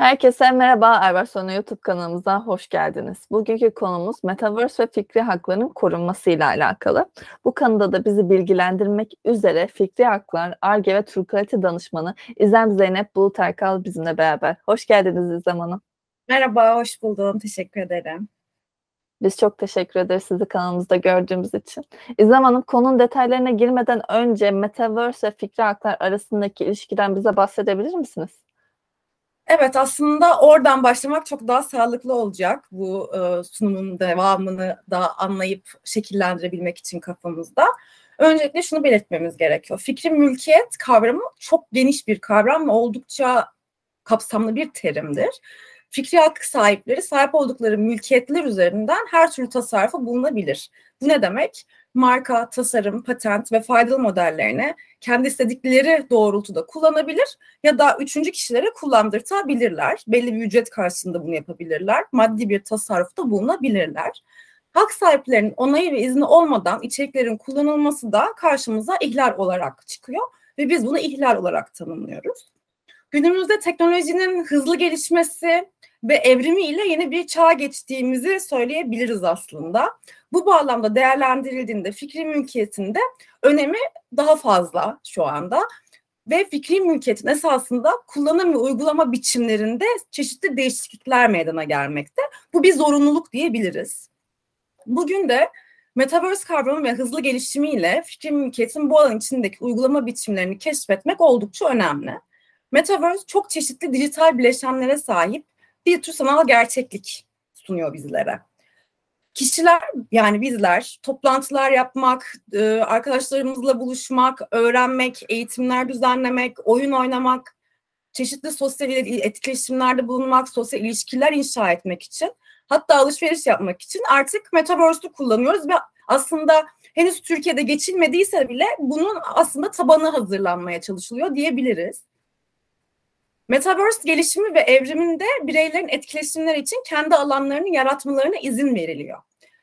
Herkese merhaba, Aybarsonu YouTube kanalımıza hoş geldiniz. Bugünkü konumuz Metaverse ve fikri hakların korunmasıyla alakalı. Bu konuda da bizi bilgilendirmek üzere Fikri Haklar, Ar-Ge ve Turkalite danışmanı İzlem Zeynep Bulut Erkal bizimle beraber. Hoş geldiniz İzlem Hanım. Merhaba, hoş buldum. Teşekkür ederim. Biz çok teşekkür ederiz sizi kanalımızda gördüğümüz için. İzlem Hanım, konunun detaylarına girmeden önce Metaverse ve fikri haklar arasındaki ilişkiden bize bahsedebilir misiniz? Evet, aslında oradan başlamak çok daha sağlıklı olacak. Bu sunumun devamını daha anlayıp şekillendirebilmek için kafamızda. Öncelikle şunu belirtmemiz gerekiyor. Fikri mülkiyet kavramı çok geniş bir kavram ve oldukça kapsamlı bir terimdir. Fikri hak sahipleri sahip oldukları mülkiyetler üzerinden her türlü tasarrufu bulunabilir. Bu ne demek? Marka, tasarım, patent ve faydalı modellerini kendi istedikleri doğrultuda kullanabilir ya da üçüncü kişilere kullandırtabilirler. Belli bir ücret karşılığında bunu yapabilirler. Maddi bir tasarrufta bulunabilirler. Hak sahiplerinin onayı ve izni olmadan içeriklerin kullanılması da karşımıza ihlal olarak çıkıyor ve biz bunu ihlal olarak tanımlıyoruz. Günümüzde teknolojinin hızlı gelişmesi ve evrimiyle yeni bir çağa geçtiğimizi söyleyebiliriz aslında. Bu bağlamda değerlendirildiğinde fikri mülkiyetin de önemi daha fazla şu anda. Ve fikri mülkiyetin esasında kullanım ve uygulama biçimlerinde çeşitli değişiklikler meydana gelmekte. Bu bir zorunluluk diyebiliriz. Bugün de Metaverse kavramı ve hızlı gelişimiyle fikri mülkiyetin bu alan içindeki uygulama biçimlerini keşfetmek oldukça önemli. Metaverse çok çeşitli dijital bileşenlere sahip bir tür sanal gerçeklik sunuyor bizlere. Kişiler, yani bizler, toplantılar yapmak, arkadaşlarımızla buluşmak, öğrenmek, eğitimler düzenlemek, oyun oynamak, çeşitli sosyal etkileşimlerde bulunmak, sosyal ilişkiler inşa etmek için, hatta alışveriş yapmak için artık Metaverse'ü kullanıyoruz ve aslında henüz Türkiye'de geçilmediyse bile bunun aslında tabanı hazırlanmaya çalışılıyor diyebiliriz. Metaverse gelişimi ve evriminde bireylerin etkileşimleri için kendi alanlarını yaratmalarına izin veriliyor.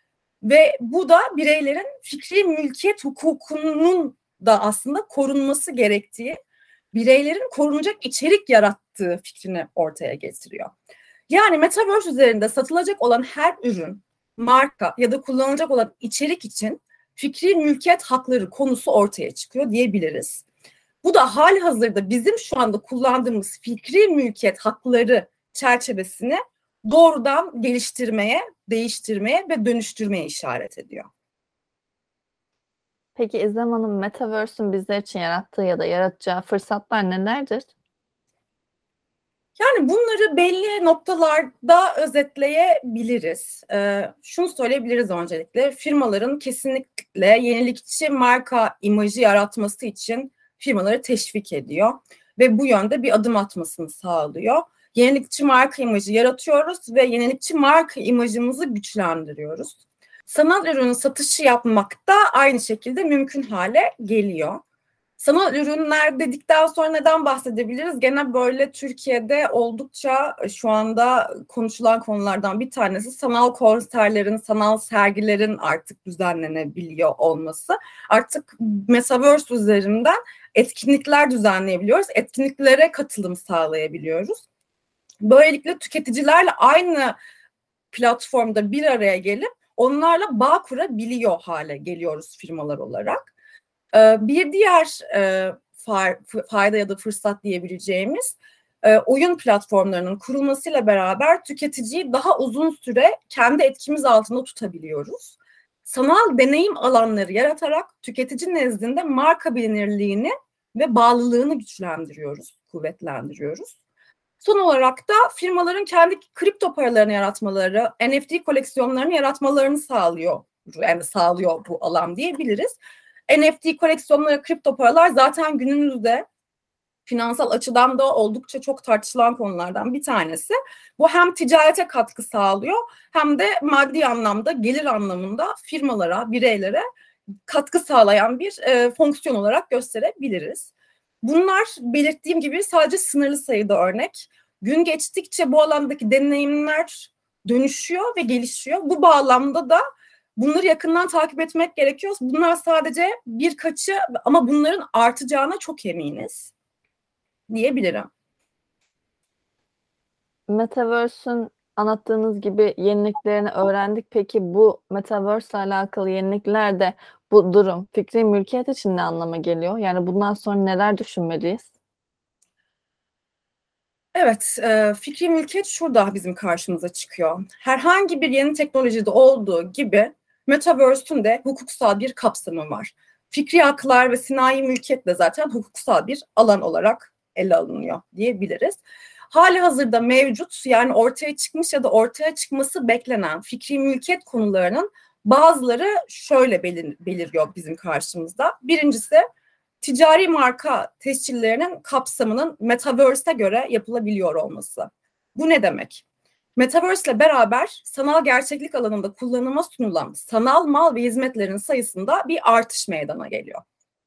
Ve bu da bireylerin fikri mülkiyet hukukunun da aslında korunması gerektiği, bireylerin korunacak içerik yarattığı fikrini ortaya getiriyor. Yani Metaverse üzerinde satılacak olan her ürün, marka ya da kullanılacak olan içerik için fikri mülkiyet hakları konusu ortaya çıkıyor diyebiliriz. Bu da hali hazırda bizim şu anda kullandığımız fikri mülkiyet hakları çerçevesini doğrudan geliştirmeye, değiştirmeye ve dönüştürmeye işaret ediyor. Peki İzlem Hanım, Metaverse'ün bizler için yarattığı ya da yaratacağı fırsatlar nelerdir? Yani bunları belli noktalarda özetleyebiliriz. Şunu söyleyebiliriz öncelikle. Firmaların kesinlikle yenilikçi marka imajı yaratması için firmaları teşvik ediyor. Ve bu yönde bir adım atmasını sağlıyor. Yenilikçi marka imajı yaratıyoruz ve yenilikçi marka imajımızı güçlendiriyoruz. Sanal ürün satışı yapmak da aynı şekilde mümkün hale geliyor. Sanal ürünler dedikten sonra neden bahsedebiliriz? Gene böyle Türkiye'de oldukça şu anda konuşulan konulardan bir tanesi sanal konserlerin, sanal sergilerin artık düzenlenebiliyor olması. Artık Metaverse üzerinden etkinlikler düzenleyebiliyoruz. Etkinliklere katılım sağlayabiliyoruz. Böylelikle tüketicilerle aynı platformda bir araya gelip onlarla bağ kurabiliyor hale geliyoruz firmalar olarak. Bir diğer fayda ya da fırsat diyebileceğimiz oyun platformlarının kurulmasıyla beraber tüketiciyi daha uzun süre kendi etkimiz altında tutabiliyoruz. Sanal deneyim alanları yaratarak tüketici nezdinde marka bilinirliğini ve bağlılığını güçlendiriyoruz, kuvvetlendiriyoruz. Son olarak da firmaların kendi kripto paralarını yaratmaları, NFT koleksiyonlarını yaratmalarını sağlıyor. Yani sağlıyor bu alan diyebiliriz. NFT koleksiyonları, kripto paralar zaten günümüzde finansal açıdan da oldukça çok tartışılan konulardan bir tanesi. Bu hem ticarete katkı sağlıyor hem de maddi anlamda, gelir anlamında firmalara, bireylere katkı sağlayan bir fonksiyon olarak gösterebiliriz. Bunlar belirttiğim gibi sadece sınırlı sayıda örnek. Gün geçtikçe bu alandaki deneyimler dönüşüyor ve gelişiyor. Bu bağlamda da bunları yakından takip etmek gerekiyor. Bunlar sadece birkaçı ama bunların artacağına çok eminiz diyebilirim. Metaverse'ün anlattığınız gibi yeniliklerini öğrendik. Peki bu Metaverse ile alakalı yeniliklerde bu durum fikri mülkiyet için ne anlama geliyor? Yani bundan sonra neler düşünmeliyiz? Evet, fikri mülkiyet şurada bizim karşımıza çıkıyor. Herhangi bir yeni teknolojide olduğu gibi Metaverse'ün de hukuksal bir kapsamı var. Fikri haklar ve sinayi mülkiyet de zaten hukuksal bir alan olarak ele alınıyor diyebiliriz. Hali hazırda mevcut, yani ortaya çıkmış ya da ortaya çıkması beklenen fikri mülkiyet konularının bazıları şöyle beliriyor bizim karşımızda. Birincisi, ticari marka tescillerinin kapsamının Metaverse'e göre yapılabiliyor olması. Bu ne demek? Metaverse ile beraber sanal gerçeklik alanında kullanıma sunulan sanal mal ve hizmetlerin sayısında bir artış meydana geliyor.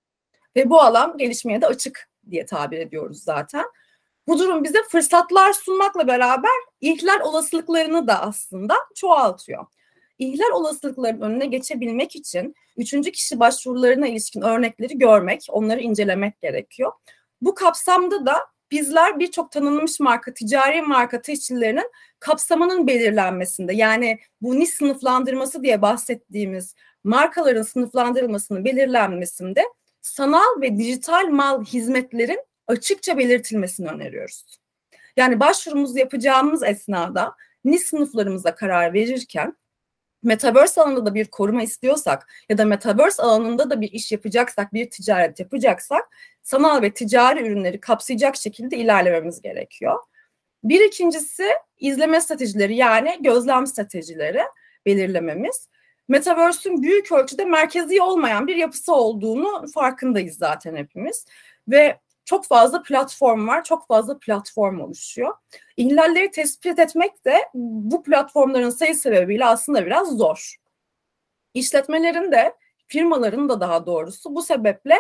Ve bu alan gelişmeye de açık diye tabir ediyoruz zaten. Bu durum bize fırsatlar sunmakla beraber ihlal olasılıklarını da aslında çoğaltıyor. İhlal olasılıklarının önüne geçebilmek için üçüncü kişi başvurularına ilişkin örnekleri görmek, onları incelemek gerekiyor. Bu kapsamda da bizler birçok tanınmış marka, ticari marka tescillerinin kapsamının belirlenmesinde, yani bu niş sınıflandırması diye bahsettiğimiz markaların sınıflandırılmasının belirlenmesinde sanal ve dijital mal hizmetlerin açıkça belirtilmesini öneriyoruz. Yani başvurumuzu yapacağımız esnada niş sınıflarımıza karar verirken Metaverse alanında da bir koruma istiyorsak ya da Metaverse alanında da bir iş yapacaksak, bir ticaret yapacaksak sanal ve ticari ürünleri kapsayacak şekilde ilerlememiz gerekiyor. Bir ikincisi izleme stratejileri, yani gözlem stratejileri belirlememiz. Metaverse'ün büyük ölçüde merkezi olmayan bir yapısı olduğunu farkındayız zaten hepimiz. Ve çok fazla platform var, çok fazla platform oluşuyor. İhlalleri tespit etmek de bu platformların sayı sebebiyle aslında biraz zor. İşletmelerin de, firmaların da daha doğrusu bu sebeple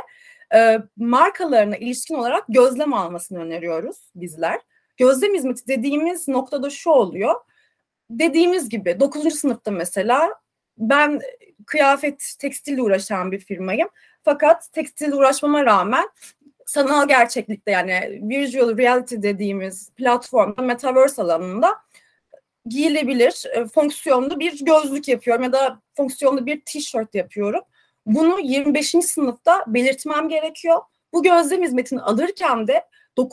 markalarına ilişkin olarak gözlem almasını öneriyoruz bizler. Gözlem hizmeti dediğimiz noktada şu oluyor. Dediğimiz gibi 9. sınıfta mesela ben kıyafet, tekstille uğraşan bir firmayım. Fakat tekstille uğraşmama rağmen sanal gerçeklikte, yani virtual reality dediğimiz platformda, Metaverse alanında giyilebilir, fonksiyonlu bir gözlük yapıyorum ya da fonksiyonlu bir tişört yapıyorum. Bunu 25. sınıfta belirtmem gerekiyor. Bu gözlem hizmetini alırken de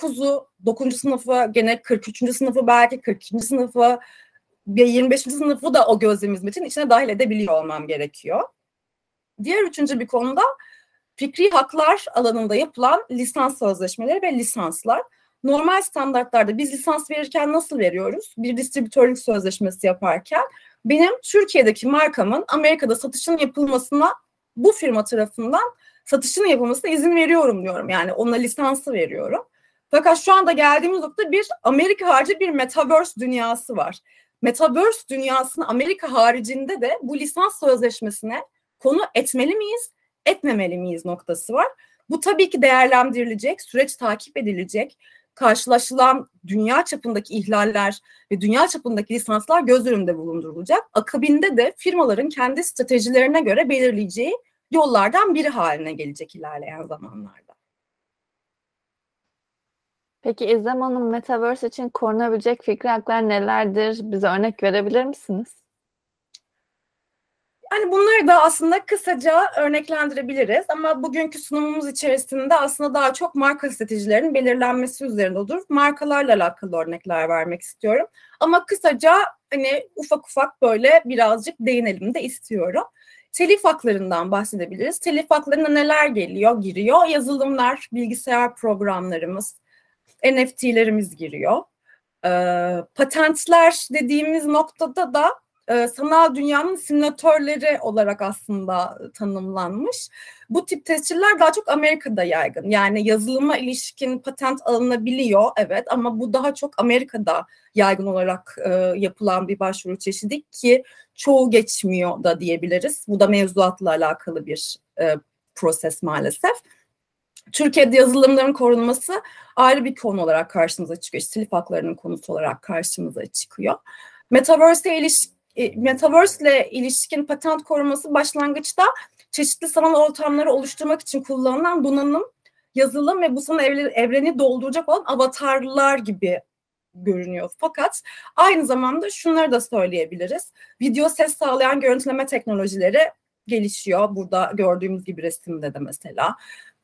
9. sınıfı, gene 43. sınıfı, belki 42. sınıfı ve 25. sınıfı da o gözlem hizmetinin içine dahil edebiliyor olmam gerekiyor. Diğer üçüncü bir konuda fikri haklar alanında yapılan lisans sözleşmeleri ve lisanslar. Normal standartlarda biz lisans verirken nasıl veriyoruz? Bir distribütörlük sözleşmesi yaparken benim Türkiye'deki markamın Amerika'da satışının yapılmasına, bu firma tarafından satışının yapılmasına izin veriyorum diyorum. Yani ona lisansı veriyorum. Fakat şu anda geldiğimiz nokta bir Amerika harici bir Metaverse dünyası var. Metaverse dünyasının Amerika haricinde de bu lisans sözleşmesine konu etmeli miyiz, etmemeli miyiz noktası var. Bu tabii ki değerlendirilecek, süreç takip edilecek. Karşılaşılan dünya çapındaki ihlaller ve dünya çapındaki lisanslar göz önünde bulundurulacak. Akabinde de firmaların kendi stratejilerine göre belirleyeceği yollardan biri haline gelecek ilerleyen zamanlarda. Peki İzlem Hanım, Metaverse için korunabilecek fikri haklar nelerdir? Bize örnek verebilir misiniz? Yani bunları da aslında kısaca örneklendirebiliriz ama bugünkü sunumumuz içerisinde aslında daha çok marka stratejilerinin belirlenmesi üzerinde olur. Markalarla alakalı örnekler vermek istiyorum. Ama kısaca hani ufak ufak böyle birazcık değinelim de istiyorum. Telif haklarından bahsedebiliriz. Telif haklarına neler giriyor? Yazılımlar, bilgisayar programlarımız, NFT'lerimiz giriyor. Patentler dediğimiz noktada da sanal dünyanın simülatörleri olarak aslında tanımlanmış. Bu tip tesciller daha çok Amerika'da yaygın. Yani yazılıma ilişkin patent alınabiliyor, evet, ama bu daha çok Amerika'da yaygın olarak yapılan bir başvuru çeşidi ki çoğu geçmiyor da diyebiliriz. Bu da mevzuatla alakalı bir proses maalesef. Türkiye'de yazılımların korunması ayrı bir konu olarak karşımıza çıkıyor. Telif haklarının konusu olarak karşımıza çıkıyor. Metaverse ile ilişkin patent koruması başlangıçta çeşitli sanal ortamları oluşturmak için kullanılan donanım, yazılım ve bu sanal evreni dolduracak olan avatarlar gibi görünüyor. Fakat aynı zamanda şunları da söyleyebiliriz. Video ses sağlayan görüntüleme teknolojileri gelişiyor. Burada gördüğümüz gibi resimde de mesela.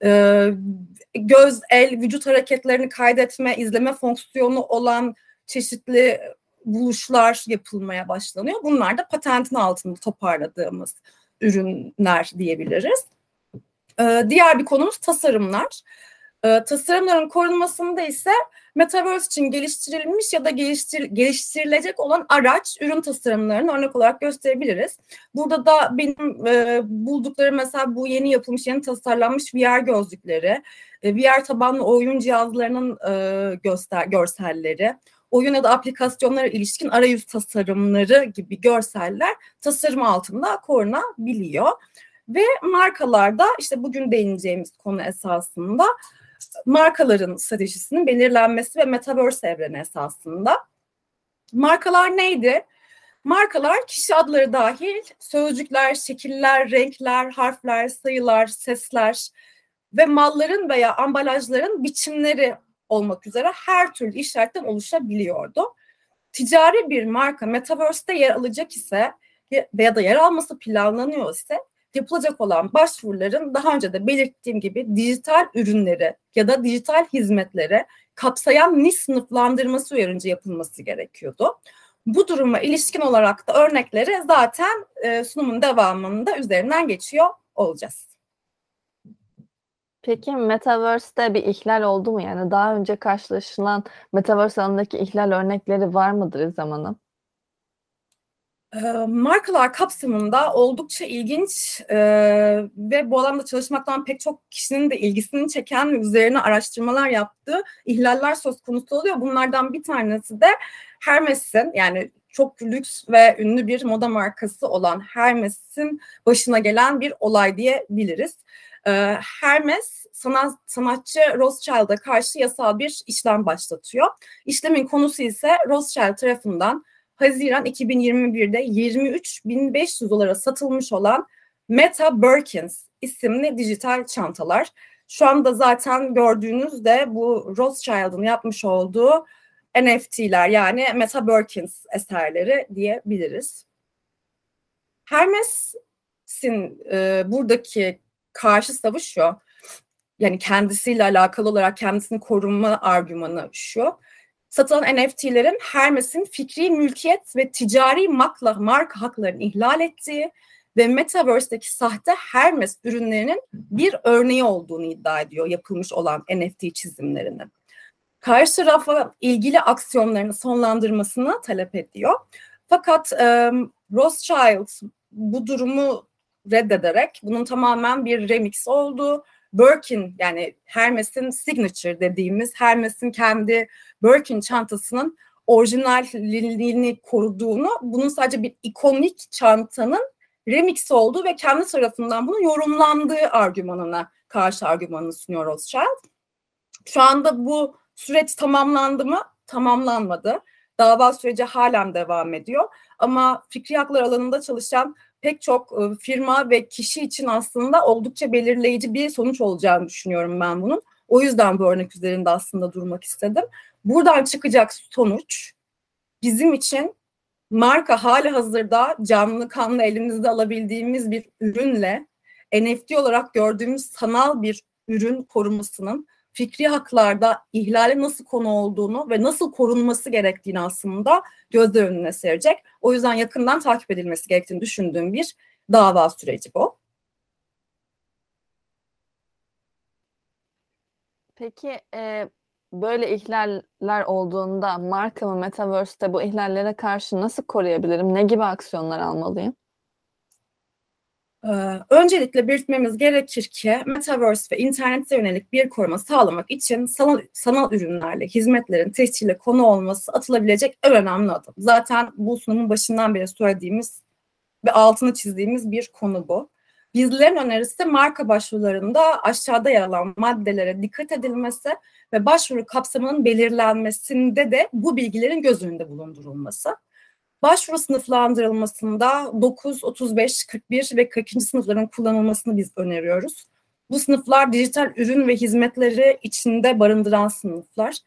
Göz, el, vücut hareketlerini kaydetme, izleme fonksiyonu olan çeşitli buluşlar yapılmaya başlanıyor. Bunlar da patentin altında toparladığımız ürünler diyebiliriz. Diğer bir konumuz tasarımlar. Tasarımların korunmasında ise Metaverse için geliştirilmiş ya da geliştirilecek olan araç, ürün tasarımlarını örnek olarak gösterebiliriz. Burada da benim bulduklarım mesela bu yeni yapılmış, yeni tasarlanmış VR gözlükleri, VR tabanlı oyun cihazlarının görselleri, oyun ya da aplikasyonlara ilişkin arayüz tasarımları gibi görseller tasarım altında korunabiliyor. Ve markalarda işte bugün değineceğimiz konu esasında markaların stratejisinin belirlenmesi ve Metaverse evreni esasında. Markalar neydi? Markalar kişi adları dahil sözcükler, şekiller, renkler, harfler, sayılar, sesler ve malların veya ambalajların biçimleri olmak üzere her türlü işaretten oluşabiliyordu. Ticari bir marka Metaverse'de yer alacak ise veya da yer alması planlanıyor ise yapılacak olan başvuruların daha önce de belirttiğim gibi dijital ürünleri ya da dijital hizmetleri kapsayan niş sınıflandırması uyarınca yapılması gerekiyordu. Bu duruma ilişkin olarak da örnekleri zaten sunumun devamında üzerinden geçiyor olacağız. Peki Metaverse'de bir ihlal oldu mu? Yani daha önce karşılaşılan Metaverse alanındaki ihlal örnekleri var mıdır zamanın? Markalar kapsamında oldukça ilginç ve bu alanda çalışmaktan pek çok kişinin de ilgisini çeken ve üzerine araştırmalar yaptığı ihlaller söz konusu oluyor. Bunlardan bir tanesi de Hermes'in, yani çok lüks ve ünlü bir moda markası olan Hermes'in başına gelen bir olay diyebiliriz. Hermes sanatçı Rothschild'a karşı yasal bir işlem başlatıyor. İşlemin konusu ise Rothschild tarafından Haziran 2021'de 23.500 dolara satılmış olan Meta Birkins isimli dijital çantalar. Şu anda zaten gördüğünüz de bu Rothschild'ın yapmış olduğu NFT'ler, yani Meta Birkins eserleri diyebiliriz. Hermes'in buradaki karşı savı şu, yani kendisiyle alakalı olarak kendisini korunma argümanı şu: satılan NFT'lerin Hermes'in fikri mülkiyet ve ticari marka haklarını ihlal ettiği ve Metaverse'deki sahte Hermes ürünlerinin bir örneği olduğunu iddia ediyor yapılmış olan NFT çizimlerinin. Karşı tarafa ilgili aksiyonlarını sonlandırmasını talep ediyor. Fakat Rothschild bu durumu reddederek bunun tamamen bir remix olduğu, Birkin, yani Hermes'in signature dediğimiz, Hermes'in kendi Birkin çantasının orijinalliğini koruduğunu, bunun sadece bir ikonik çantanın remix olduğu ve kendi tarafından bunun yorumlandığı argümanına karşı argümanını sunuyor Rothschild. Şu anda bu süreç tamamlandı mı? Tamamlanmadı. Dava süreci halen devam ediyor. Ama fikri haklar alanında çalışan pek çok firma ve kişi için aslında oldukça belirleyici bir sonuç olacağını düşünüyorum ben bunun. O yüzden bu örnek üzerinde aslında durmak istedim. Buradan çıkacak sonuç bizim için marka hali hazırda canlı kanlı elimizde alabildiğimiz bir ürünle NFT olarak gördüğümüz sanal bir ürün korumasının fikri haklarda ihlale nasıl konu olduğunu ve nasıl korunması gerektiğini aslında gözler önüne serecek. O yüzden yakından takip edilmesi gerektiğini düşündüğüm bir dava süreci bu. Peki böyle ihlaller olduğunda markamı Metaverse'te bu ihlallere karşı nasıl koruyabilirim? Ne gibi aksiyonlar almalıyım? Öncelikle belirtmemiz gerekir ki Metaverse ve internete yönelik bir koruma sağlamak için sanal ürünlerle, hizmetlerin tescille konu olması atılabilecek en önemli adım. Zaten bu sunumun başından beri söylediğimiz ve altını çizdiğimiz bir konu bu. Bizlerin önerisi marka başvurularında aşağıda yer alan maddelere dikkat edilmesi ve başvuru kapsamının belirlenmesinde de bu bilgilerin göz önünde bulundurulması. Başvuru sınıflandırılmasında 9, 35, 41 ve 42. sınıfların kullanılmasını biz öneriyoruz. Bu sınıflar dijital ürün ve hizmetleri içinde barındıran sınıflar.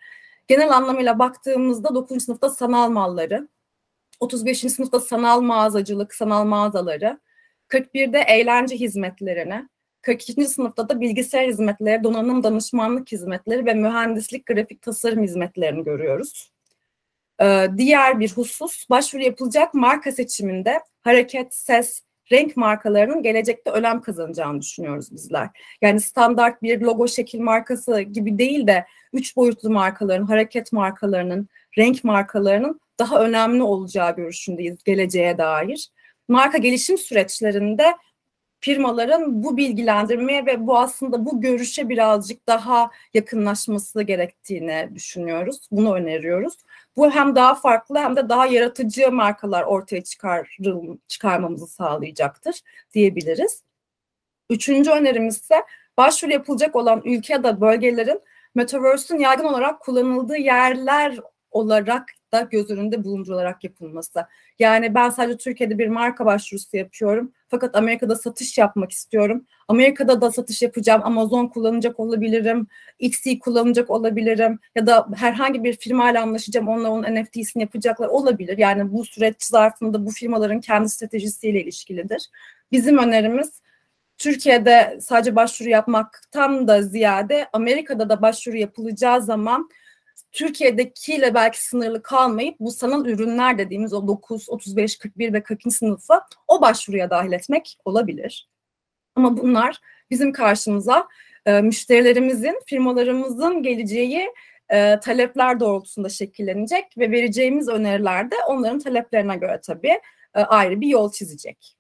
genel anlamıyla baktığımızda 9. sınıfta sanal malları, 35. sınıfta sanal mağazacılık, sanal mağazaları, 41'de eğlence hizmetlerini, 42. sınıfta da bilgisayar hizmetleri, donanım danışmanlık hizmetleri ve mühendislik grafik tasarım hizmetlerini görüyoruz. Diğer bir husus, başvuru yapılacak marka seçiminde hareket, ses, renk markalarının gelecekte önem kazanacağını düşünüyoruz bizler. Yani standart bir logo şekil markası gibi değil de 3 boyutlu markaların, hareket markalarının, renk markalarının daha önemli olacağı görüşündeyiz geleceğe dair. Marka gelişim süreçlerinde firmaların bu bilgilendirmeye ve bu aslında bu görüşe birazcık daha yakınlaşması gerektiğini düşünüyoruz. Bunu öneriyoruz. Bu hem daha farklı hem de daha yaratıcı markalar ortaya çıkarmamızı sağlayacaktır diyebiliriz. Üçüncü önerimiz ise başvuru yapılacak olan ülke ya da bölgelerin Metaverse'ün yaygın olarak kullanıldığı yerler olarak da göz önünde bulundurularak yapılması. Yani ben sadece Türkiye'de bir marka başvurusu yapıyorum. Fakat Amerika'da satış yapmak istiyorum. Amerika'da da satış yapacağım. Amazon kullanacak olabilirim. Xe kullanacak olabilirim. Ya da herhangi bir firmayla anlaşacağım. Onlar onun NFT'sini yapacaklar olabilir. Yani bu süreç zarfında bu firmaların kendi stratejisiyle ilişkilidir. Bizim önerimiz Türkiye'de sadece başvuru yapmaktan da ziyade Amerika'da da başvuru yapılacağı zaman Türkiye'dekiyle belki sınırlı kalmayıp bu sanal ürünler dediğimiz o 9, 35, 41 ve 40. sınıfı o başvuruya dahil etmek olabilir. Ama bunlar bizim karşımıza müşterilerimizin, firmalarımızın geleceği talepler doğrultusunda şekillenecek ve vereceğimiz öneriler de onların taleplerine göre tabii ayrı bir yol çizecek.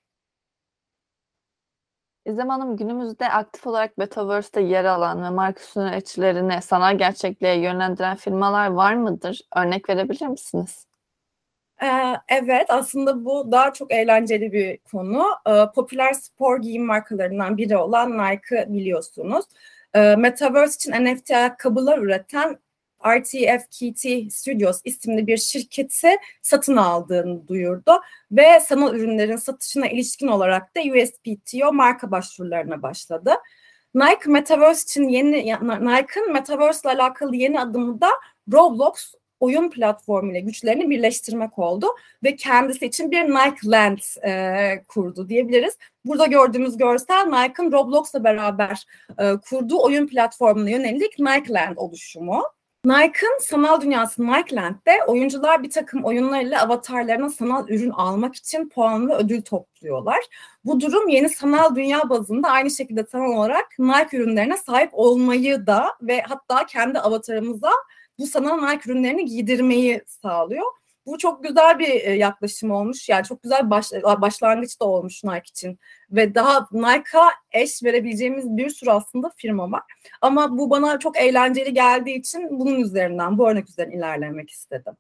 İzlem Hanım, günümüzde aktif olarak Metaverse'te yer alan ve marka süreçlerini sanal gerçekliğe yönlendiren firmalar var mıdır? Örnek verebilir misiniz? Evet, aslında bu daha çok eğlenceli bir konu. Popüler spor giyim markalarından biri olan Nike biliyorsunuz. Metaverse için NFT ayakkabılar üreten RTFKT Studios isimli bir şirketi satın aldığını duyurdu ve sanal ürünlerin satışına ilişkin olarak da USPTO marka başvurularına başladı. Nike'ın Metaverse ile alakalı yeni adımı da Roblox oyun platformu ile güçlerini birleştirmek oldu ve kendisi için bir Nike Land kurdu diyebiliriz. Burada gördüğümüz görsel Nike'ın Roblox'la beraber kurduğu oyun platformuna yönelik Nike Land oluşumu. Nike'ın sanal dünyası Nike Land'de oyuncular bir takım oyunlarıyla avatarlarına sanal ürün almak için puan ve ödül topluyorlar. Bu durum yeni sanal dünya bazında aynı şekilde sanal olarak Nike ürünlerine sahip olmayı da ve hatta kendi avatarımıza bu sanal Nike ürünlerini giydirmeyi sağlıyor. Bu çok güzel bir yaklaşım olmuş. Yani çok güzel bir başlangıç da olmuş Nike için. Ve daha Nike'a eş verebileceğimiz bir sürü aslında firma var. Ama bu bana çok eğlenceli geldiği için bunun üzerinden, bu örnek üzerinden ilerlemek istedim.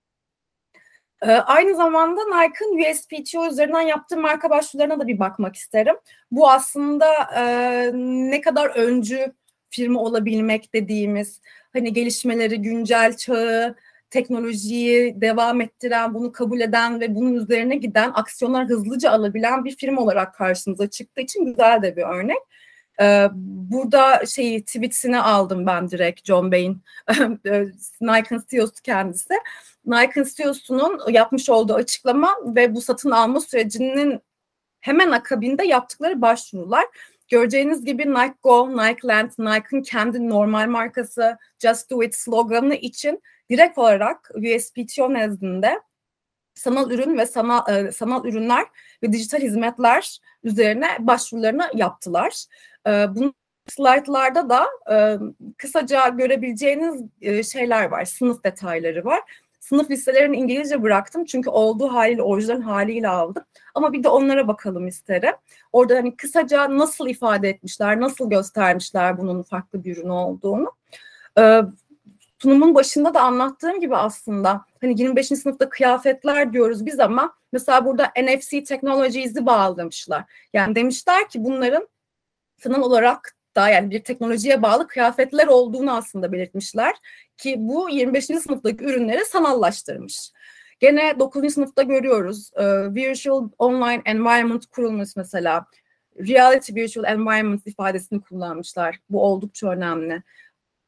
Aynı zamanda Nike'ın USPTO üzerinden yaptığı marka başvurularına da bir bakmak isterim. Bu aslında ne kadar öncü firma olabilmek dediğimiz, hani gelişmeleri, güncel çağı, teknolojiyi devam ettiren, bunu kabul eden ve bunun üzerine giden, aksiyonlar hızlıca alabilen bir firma olarak karşımıza çıktığı için güzel de bir örnek. Burada tweetini aldım ben direkt, John Bay'in, Nike'ın CEO'su kendisi. Nike'ın CEO'sunun yapmış olduğu açıklama ve bu satın alma sürecinin hemen akabinde yaptıkları başvurular. Göreceğiniz gibi Nike Go, Nike Land, Nike'ın kendi normal markası Just Do It sloganı için direkt olarak USPTO nezdinde sanal ürün ve sanal ürünler ve dijital hizmetler üzerine başvurularını yaptılar. Bunun slaytlarda da kısaca görebileceğiniz şeyler var, sınıf detayları var. Sınıf listelerini İngilizce bıraktım çünkü olduğu haliyle, orijinal haliyle aldım. Ama bir de onlara bakalım isterim. Orada hani kısaca nasıl ifade etmişler, nasıl göstermişler bunun farklı bir ürün olduğunu. Sunumun başında da anlattığım gibi aslında hani 25. sınıfta kıyafetler diyoruz biz ama mesela burada NFC Technologies'i bağlamışlar. Yani demişler ki bunların sanal olarak da yani bir teknolojiye bağlı kıyafetler olduğunu aslında belirtmişler ki bu 25. sınıftaki ürünleri sanallaştırmış. Gene 9. sınıfta görüyoruz. Virtual Online Environment kurulmuş mesela. Reality Virtual Environment ifadesini kullanmışlar. Bu oldukça önemli.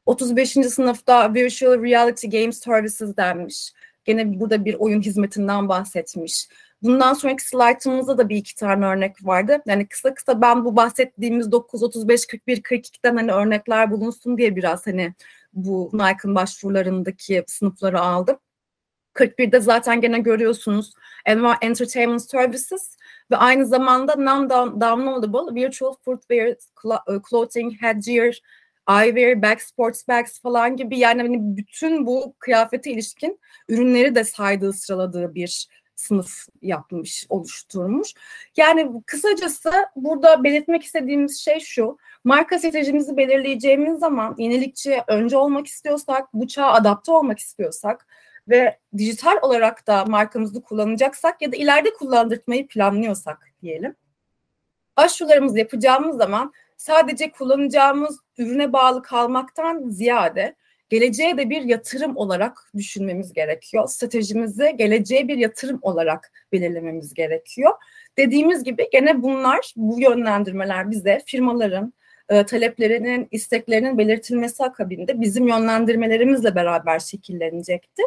35. sınıfta Virtual Reality Game Services denmiş. Gene burada bir oyun hizmetinden bahsetmiş. Bundan sonraki slaytımızda da bir iki tane örnek vardı. Yani kısa kısa ben bu bahsettiğimiz 9, 35, 41, 42'den hani örnekler bulunsun diye biraz hani bu Nike'ın başvurularındaki sınıfları aldım. 41'de zaten gene görüyorsunuz Entertainment Services ve aynı zamanda non-downloadable Virtual Footwear, Clothing, Headgear, Eyewear, Bag, Sports Bags falan gibi yani hani bütün bu kıyafete ilişkin ürünleri de saydığı, sıraladığı bir sınıf yapmış, oluşturmuş. Yani kısacası burada belirtmek istediğimiz şey şu: marka stratejimizi belirleyeceğimiz zaman yenilikçi, önce olmak istiyorsak, bu çağa adapte olmak istiyorsak ve dijital olarak da markamızı kullanacaksak ya da ileride kullandırmayı planlıyorsak diyelim, başvurularımızı yapacağımız zaman sadece kullanacağımız ürüne bağlı kalmaktan ziyade geleceğe de bir yatırım olarak düşünmemiz gerekiyor. Stratejimizi geleceğe bir yatırım olarak belirlememiz gerekiyor. Dediğimiz gibi gene bu yönlendirmeler bize firmaların taleplerinin, isteklerinin belirtilmesi akabinde bizim yönlendirmelerimizle beraber şekillenecektir.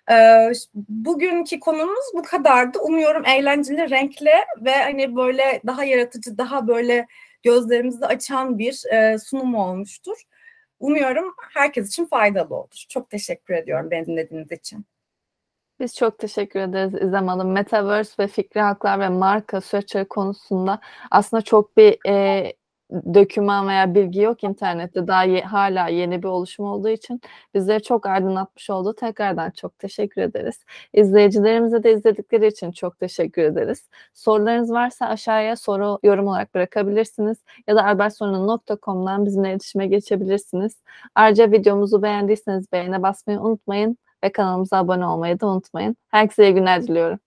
Bugünkü konumuz bu kadardı. Umuyorum eğlenceli, renkli ve hani böyle daha yaratıcı, daha böyle gözlerimizi açan bir sunum olmuştur. Umuyorum herkes için faydalı olur. Çok teşekkür ediyorum beni dinlediğiniz için. Biz çok teşekkür ederiz İzlem Hanım. Metaverse ve fikri haklar ve marka süreçleri konusunda aslında çok bir döküman veya bilgi yok internette. Daha hala yeni bir oluşum olduğu için bizleri çok aydınlatmış oldu. Tekrardan çok teşekkür ederiz. İzleyicilerimize de izledikleri için çok teşekkür ederiz. Sorularınız varsa aşağıya soru yorum olarak bırakabilirsiniz ya da albertsonun.com'dan bizimle iletişime geçebilirsiniz. Ayrıca videomuzu beğendiyseniz beğene basmayı unutmayın ve kanalımıza abone olmayı da unutmayın. Herkese iyi günler diliyorum.